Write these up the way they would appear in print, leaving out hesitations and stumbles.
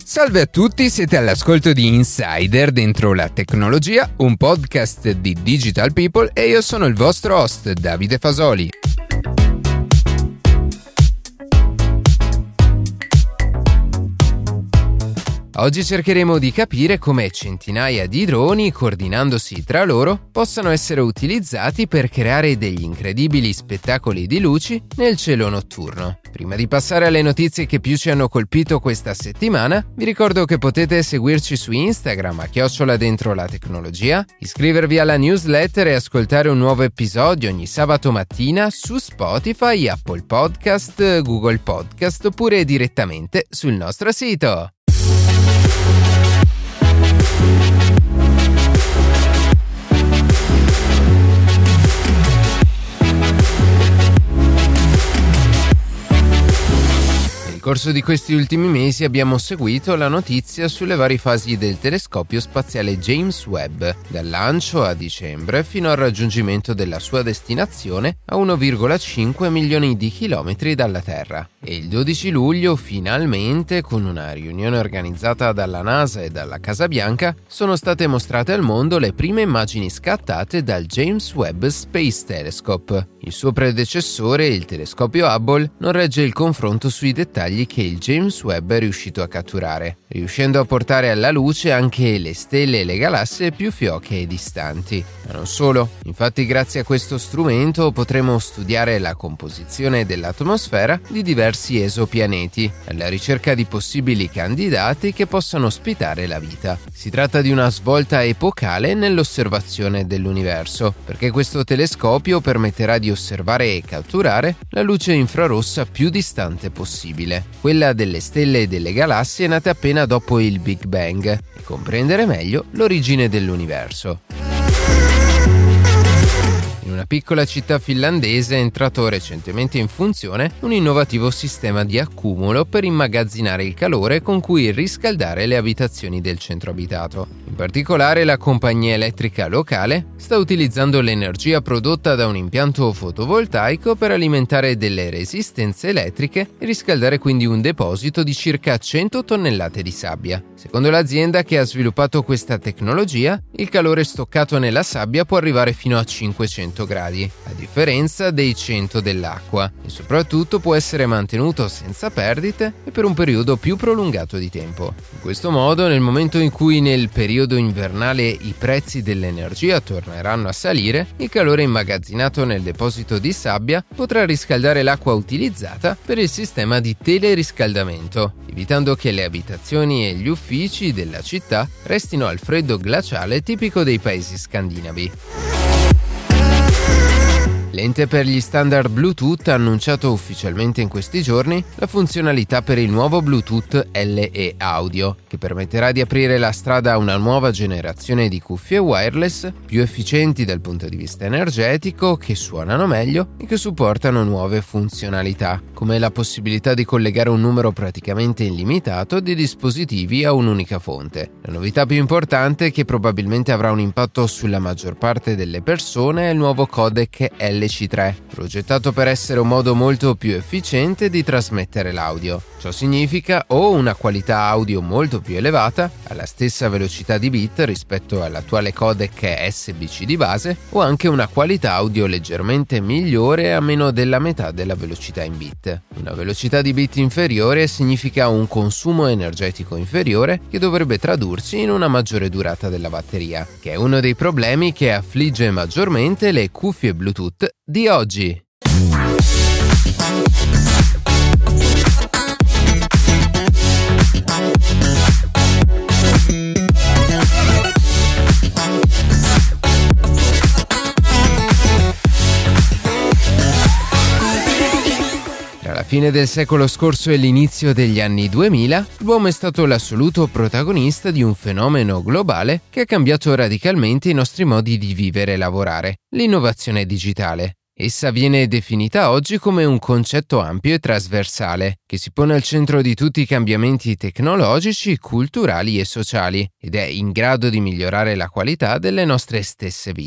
Salve a tutti, siete all'ascolto di Insider dentro la tecnologia, un podcast di Digital People e io sono il vostro host Davide Fasoli. Oggi cercheremo di capire come centinaia di droni, coordinandosi tra loro, possano essere utilizzati per creare degli incredibili spettacoli di luci nel cielo notturno. Prima di passare alle notizie che più ci hanno colpito questa settimana, vi ricordo che potete seguirci su Instagram @dentrolatecnologia, iscrivervi alla newsletter e ascoltare un nuovo episodio ogni sabato mattina su Spotify, Apple Podcast, Google Podcast oppure direttamente sul nostro sito. Nel corso di questi ultimi mesi abbiamo seguito la notizia sulle varie fasi del telescopio spaziale James Webb, dal lancio a dicembre fino al raggiungimento della sua destinazione a 1,5 milioni di chilometri dalla Terra. E il 12 luglio, finalmente, con una riunione organizzata dalla NASA e dalla Casa Bianca, sono state mostrate al mondo le prime immagini scattate dal James Webb Space Telescope. Il suo predecessore, il telescopio Hubble, non regge il confronto sui dettagli che il James Webb è riuscito a catturare, riuscendo a portare alla luce anche le stelle e le galassie più fioche e distanti. Ma non solo, infatti grazie a questo strumento potremo studiare la composizione dell'atmosfera di diversi esopianeti, alla ricerca di possibili candidati che possano ospitare la vita. Si tratta di una svolta epocale nell'osservazione dell'universo, perché questo telescopio permetterà di osservare e catturare la luce infrarossa più distante possibile, quella delle stelle e delle galassie nate appena dopo il Big Bang, e comprendere meglio l'origine dell'universo. In una piccola città finlandese è entrato recentemente in funzione un innovativo sistema di accumulo per immagazzinare il calore con cui riscaldare le abitazioni del centro abitato. In particolare, la compagnia elettrica locale sta utilizzando l'energia prodotta da un impianto fotovoltaico per alimentare delle resistenze elettriche e riscaldare quindi un deposito di circa 100 tonnellate di sabbia. Secondo l'azienda che ha sviluppato questa tecnologia, il calore stoccato nella sabbia può arrivare fino a 500 gradi, a differenza dei 100 dell'acqua, e soprattutto può essere mantenuto senza perdite e per un periodo più prolungato di tempo. In questo modo, nel momento in cui nel periodo invernale i prezzi dell'energia torneranno a salire, il calore immagazzinato nel deposito di sabbia potrà riscaldare l'acqua utilizzata per il sistema di teleriscaldamento, evitando che le abitazioni e gli uffici della città restino al freddo glaciale tipico dei paesi scandinavi. L'ente per gli standard Bluetooth ha annunciato ufficialmente in questi giorni la funzionalità per il nuovo Bluetooth LE Audio, che permetterà di aprire la strada a una nuova generazione di cuffie wireless più efficienti dal punto di vista energetico, che suonano meglio e che supportano nuove funzionalità, come la possibilità di collegare un numero praticamente illimitato di dispositivi a un'unica fonte. La novità più importante, che probabilmente avrà un impatto sulla maggior parte delle persone, è il nuovo codec LC3, progettato per essere un modo molto più efficiente di trasmettere l'audio. Ciò significa o una qualità audio molto più elevata, alla stessa velocità di bit rispetto all'attuale codec SBC di base, o anche una qualità audio leggermente migliore a meno della metà della velocità in bit. Una velocità di bit inferiore significa un consumo energetico inferiore, che dovrebbe tradursi in una maggiore durata della batteria, che è uno dei problemi che affligge maggiormente le cuffie Bluetooth di oggi. Tra la fine del secolo scorso e l'inizio degli anni 2000, l'uomo è stato l'assoluto protagonista di un fenomeno globale che ha cambiato radicalmente i nostri modi di vivere e lavorare: l'innovazione digitale. Essa viene definita oggi come un concetto ampio e trasversale, che si pone al centro di tutti i cambiamenti tecnologici, culturali e sociali, ed è in grado di migliorare la qualità delle nostre stesse vite.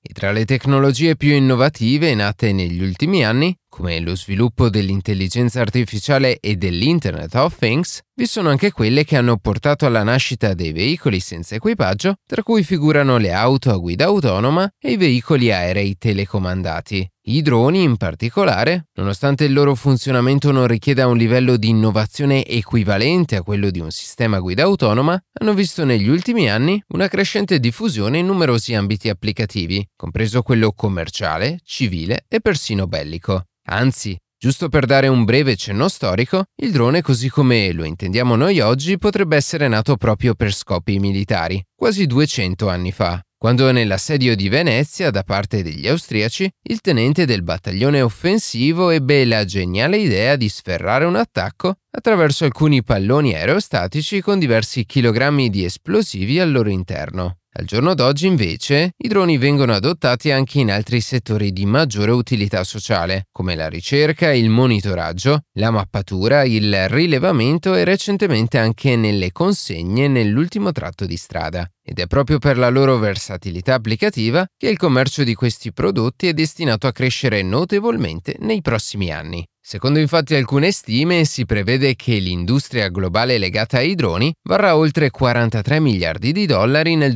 E tra le tecnologie più innovative nate negli ultimi anni, come lo sviluppo dell'intelligenza artificiale e dell'Internet of Things, vi sono anche quelle che hanno portato alla nascita dei veicoli senza equipaggio, tra cui figurano le auto a guida autonoma e i veicoli aerei telecomandati. I droni, in particolare, nonostante il loro funzionamento non richieda un livello di innovazione equivalente a quello di un sistema a guida autonoma, hanno visto negli ultimi anni una crescente diffusione in numerosi ambiti applicativi, compreso quello commerciale, civile e persino bellico. Anzi, giusto per dare un breve cenno storico, il drone così come lo intendiamo noi oggi potrebbe essere nato proprio per scopi militari, quasi 200 anni fa, quando nell'assedio di Venezia da parte degli austriaci, il tenente del battaglione offensivo ebbe la geniale idea di sferrare un attacco attraverso alcuni palloni aerostatici con diversi chilogrammi di esplosivi al loro interno. Al giorno d'oggi, invece, i droni vengono adottati anche in altri settori di maggiore utilità sociale, come la ricerca, il monitoraggio, la mappatura, il rilevamento e recentemente anche nelle consegne nell'ultimo tratto di strada. Ed è proprio per la loro versatilità applicativa che il commercio di questi prodotti è destinato a crescere notevolmente nei prossimi anni. Secondo infatti alcune stime, si prevede che l'industria globale legata ai droni varrà oltre 43 miliardi di dollari nel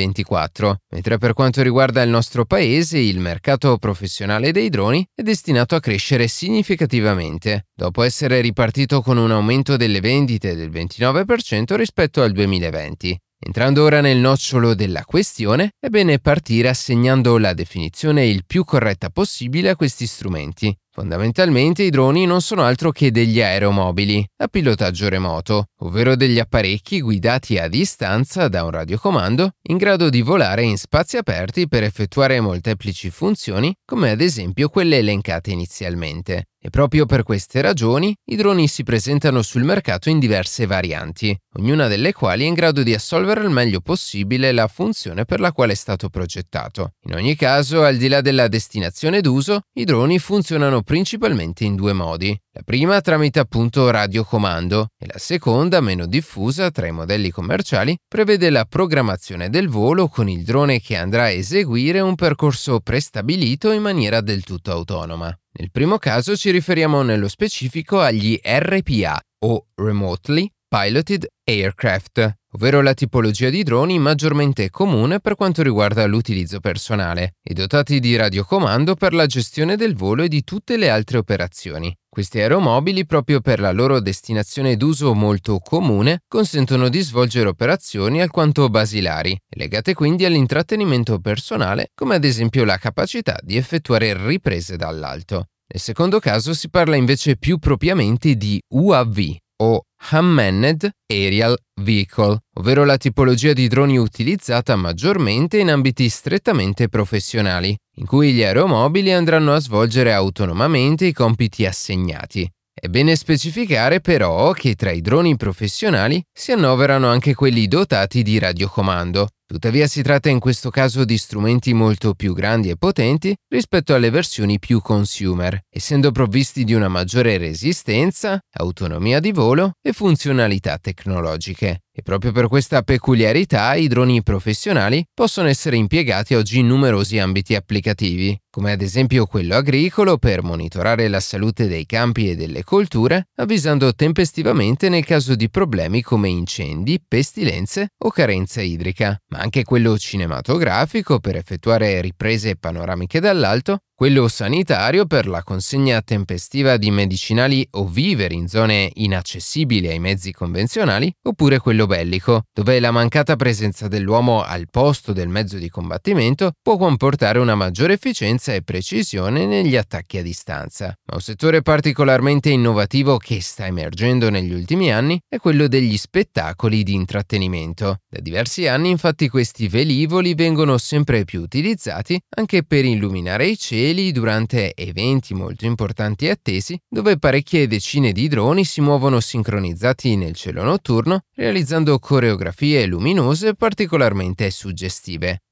2024, mentre per quanto riguarda il nostro paese, il mercato professionale dei droni è destinato a crescere significativamente, dopo essere ripartito con un aumento delle vendite del 29% rispetto al 2020. Entrando ora nel nocciolo della questione, è bene partire assegnando la definizione il più corretta possibile a questi strumenti. Fondamentalmente i droni non sono altro che degli aeromobili a pilotaggio remoto, ovvero degli apparecchi guidati a distanza da un radiocomando in grado di volare in spazi aperti per effettuare molteplici funzioni, come ad esempio quelle elencate inizialmente. E proprio per queste ragioni i droni si presentano sul mercato in diverse varianti, ognuna delle quali è in grado di assolvere al meglio possibile la funzione per la quale è stato progettato. In ogni caso, al di là della destinazione d'uso, i droni funzionano principalmente in due modi. La prima tramite appunto radiocomando e la seconda, meno diffusa tra i modelli commerciali, prevede la programmazione del volo con il drone che andrà a eseguire un percorso prestabilito in maniera del tutto autonoma. Nel primo caso ci riferiamo nello specifico agli RPA o Remotely Piloted Aircraft, ovvero la tipologia di droni maggiormente comune per quanto riguarda l'utilizzo personale e dotati di radiocomando per la gestione del volo e di tutte le altre operazioni. Questi aeromobili, proprio per la loro destinazione d'uso molto comune, consentono di svolgere operazioni alquanto basilari, legate quindi all'intrattenimento personale, come ad esempio la capacità di effettuare riprese dall'alto. Nel secondo caso si parla invece più propriamente di UAV, o Unmanned Aerial Vehicle, ovvero la tipologia di droni utilizzata maggiormente in ambiti strettamente professionali, in cui gli aeromobili andranno a svolgere autonomamente i compiti assegnati. È bene specificare però che tra i droni professionali si annoverano anche quelli dotati di radiocomando. Tuttavia si tratta in questo caso di strumenti molto più grandi e potenti rispetto alle versioni più consumer, essendo provvisti di una maggiore resistenza, autonomia di volo e funzionalità tecnologiche. E proprio per questa peculiarità i droni professionali possono essere impiegati oggi in numerosi ambiti applicativi, come ad esempio quello agricolo per monitorare la salute dei campi e delle colture, avvisando tempestivamente nel caso di problemi come incendi, pestilenze o carenza idrica, ma anche quello cinematografico per effettuare riprese panoramiche dall'alto, quello sanitario per la consegna tempestiva di medicinali o viveri in zone inaccessibili ai mezzi convenzionali, oppure quello bellico, dove la mancata presenza dell'uomo al posto del mezzo di combattimento può comportare una maggiore efficienza e precisione negli attacchi a distanza. Ma un settore particolarmente innovativo che sta emergendo negli ultimi anni è quello degli spettacoli di intrattenimento. Da diversi anni, infatti, questi velivoli vengono sempre più utilizzati anche per illuminare i cieli durante eventi molto importanti e attesi, dove parecchie decine di droni si muovono sincronizzati nel cielo notturno, realizzando coreografie luminose particolarmente suggestive.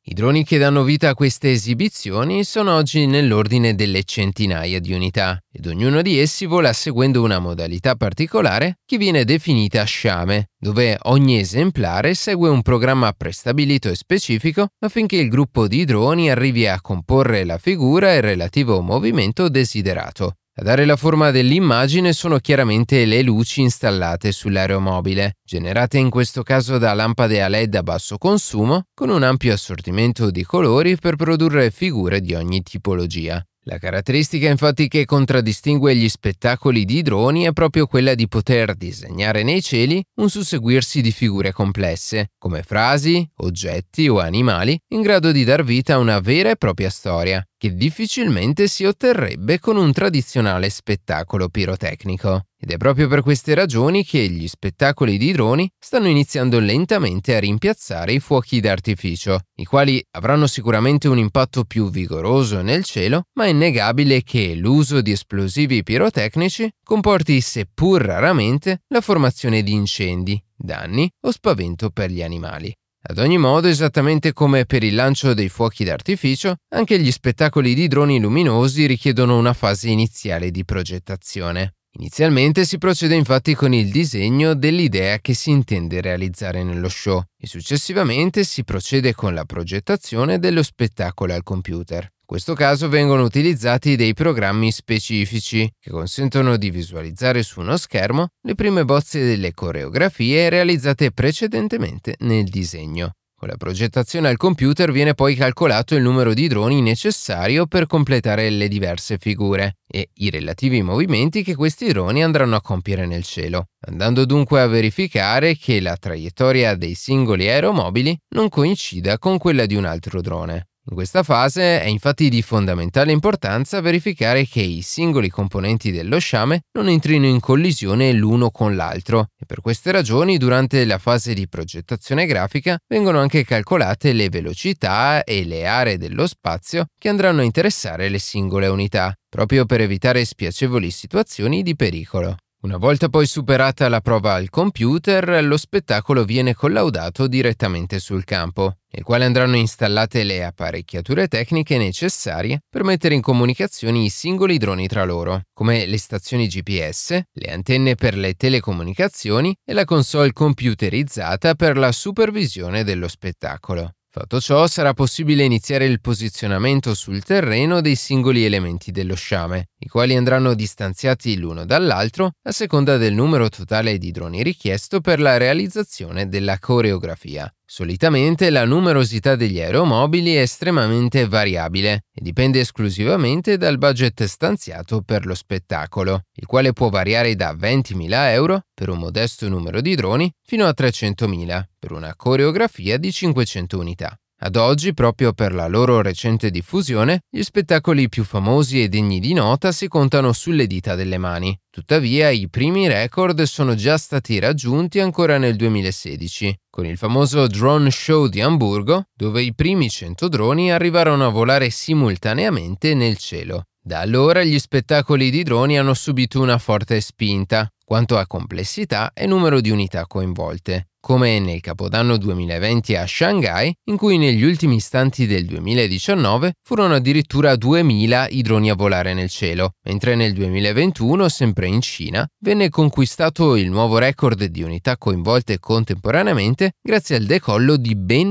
I droni che danno vita a queste esibizioni sono oggi nell'ordine delle centinaia di unità ed ognuno di essi vola seguendo una modalità particolare che viene definita sciame, dove ogni esemplare segue un programma prestabilito e specifico affinché il gruppo di droni arrivi a comporre la figura e il relativo movimento desiderato. A dare la forma dell'immagine sono chiaramente le luci installate sull'aeromobile, generate in questo caso da lampade a LED a basso consumo, con un ampio assortimento di colori per produrre figure di ogni tipologia. La caratteristica infatti che contraddistingue gli spettacoli di droni è proprio quella di poter disegnare nei cieli un susseguirsi di figure complesse, come frasi, oggetti o animali, in grado di dar vita a una vera e propria storia, che difficilmente si otterrebbe con un tradizionale spettacolo pirotecnico. Ed è proprio per queste ragioni che gli spettacoli di droni stanno iniziando lentamente a rimpiazzare i fuochi d'artificio, i quali avranno sicuramente un impatto più vigoroso nel cielo, ma è innegabile che l'uso di esplosivi pirotecnici comporti, seppur raramente, la formazione di incendi, danni o spavento per gli animali. Ad ogni modo, esattamente come per il lancio dei fuochi d'artificio, anche gli spettacoli di droni luminosi richiedono una fase iniziale di progettazione. Inizialmente si procede infatti con il disegno dell'idea che si intende realizzare nello show e successivamente si procede con la progettazione dello spettacolo al computer. In questo caso vengono utilizzati dei programmi specifici che consentono di visualizzare su uno schermo le prime bozze delle coreografie realizzate precedentemente nel disegno. Con la progettazione al computer viene poi calcolato il numero di droni necessario per completare le diverse figure e i relativi movimenti che questi droni andranno a compiere nel cielo, andando dunque a verificare che la traiettoria dei singoli aeromobili non coincida con quella di un altro drone. In questa fase è infatti di fondamentale importanza verificare che i singoli componenti dello sciame non entrino in collisione l'uno con l'altro e per queste ragioni durante la fase di progettazione grafica vengono anche calcolate le velocità e le aree dello spazio che andranno a interessare le singole unità, proprio per evitare spiacevoli situazioni di pericolo. Una volta poi superata la prova al computer, lo spettacolo viene collaudato direttamente sul campo, nel quale andranno installate le apparecchiature tecniche necessarie per mettere in comunicazione i singoli droni tra loro, come le stazioni GPS, le antenne per le telecomunicazioni e la console computerizzata per la supervisione dello spettacolo. Fatto ciò, sarà possibile iniziare il posizionamento sul terreno dei singoli elementi dello sciame, i quali andranno distanziati l'uno dall'altro a seconda del numero totale di droni richiesto per la realizzazione della coreografia. Solitamente la numerosità degli aeromobili è estremamente variabile e dipende esclusivamente dal budget stanziato per lo spettacolo, il quale può variare da 20.000 euro per un modesto numero di droni fino a 300.000 per una coreografia di 500 unità. Ad oggi, proprio per la loro recente diffusione, gli spettacoli più famosi e degni di nota si contano sulle dita delle mani. Tuttavia, i primi record sono già stati raggiunti ancora nel 2016, con il famoso Drone Show di Amburgo, dove i primi 100 droni arrivarono a volare simultaneamente nel cielo. Da allora gli spettacoli di droni hanno subito una forte spinta, quanto a complessità e numero di unità coinvolte, come nel Capodanno 2020 a Shanghai, in cui negli ultimi istanti del 2019 furono addirittura 2.000 i droni a volare nel cielo, mentre nel 2021, sempre in Cina, venne conquistato il nuovo record di unità coinvolte contemporaneamente grazie al decollo di ben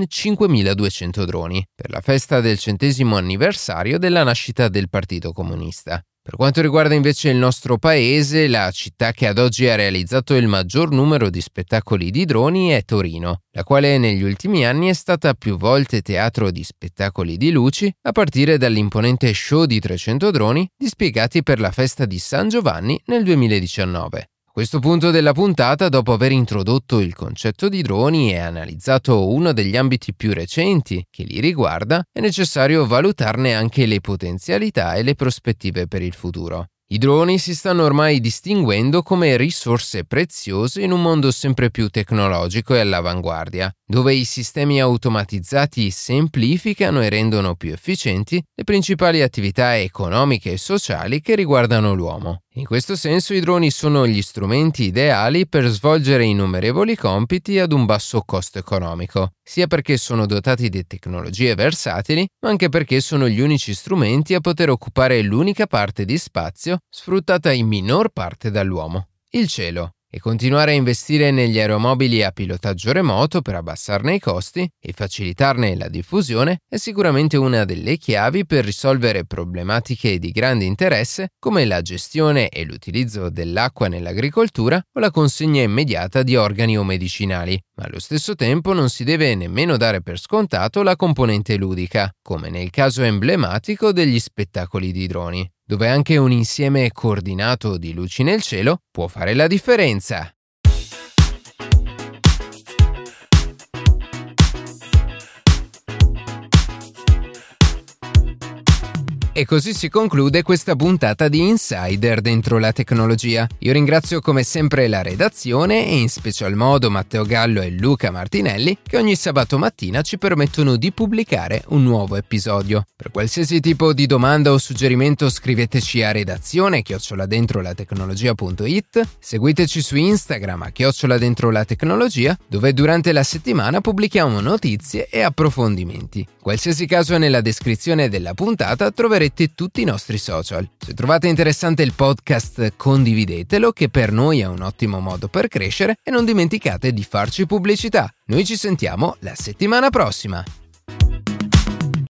5.200 droni, per la festa del 100° anniversario della nascita del Partito Comunista. Per quanto riguarda invece il nostro paese, la città che ad oggi ha realizzato il maggior numero di spettacoli di droni è Torino, la quale negli ultimi anni è stata più volte teatro di spettacoli di luci, a partire dall'imponente show di 300 droni dispiegati per la festa di San Giovanni nel 2019. A questo punto della puntata, dopo aver introdotto il concetto di droni e analizzato uno degli ambiti più recenti che li riguarda, è necessario valutarne anche le potenzialità e le prospettive per il futuro. I droni si stanno ormai distinguendo come risorse preziose in un mondo sempre più tecnologico e all'avanguardia, dove i sistemi automatizzati semplificano e rendono più efficienti le principali attività economiche e sociali che riguardano l'uomo. In questo senso i droni sono gli strumenti ideali per svolgere innumerevoli compiti ad un basso costo economico, sia perché sono dotati di tecnologie versatili, ma anche perché sono gli unici strumenti a poter occupare l'unica parte di spazio sfruttata in minor parte dall'uomo, il cielo. E continuare a investire negli aeromobili a pilotaggio remoto per abbassarne i costi e facilitarne la diffusione è sicuramente una delle chiavi per risolvere problematiche di grande interesse come la gestione e l'utilizzo dell'acqua nell'agricoltura o la consegna immediata di organi o medicinali, ma allo stesso tempo non si deve nemmeno dare per scontato la componente ludica, come nel caso emblematico degli spettacoli di droni, dove anche un insieme coordinato di luci nel cielo può fare la differenza. E così si conclude questa puntata di Insider dentro la tecnologia. Io ringrazio come sempre la redazione e in special modo Matteo Gallo e Luca Martinelli che ogni sabato mattina ci permettono di pubblicare un nuovo episodio. Per qualsiasi tipo di domanda o suggerimento scriveteci a redazione@dentrolatecnologia.it, seguiteci su Instagram @dentrolatecnologia, dove durante la settimana pubblichiamo notizie e approfondimenti. Qualsiasi caso nella descrizione della puntata troverete tutti i nostri social. Se trovate interessante il podcast, condividetelo, che per noi è un ottimo modo per crescere, e non dimenticate di farci pubblicità. Noi ci sentiamo la settimana prossima.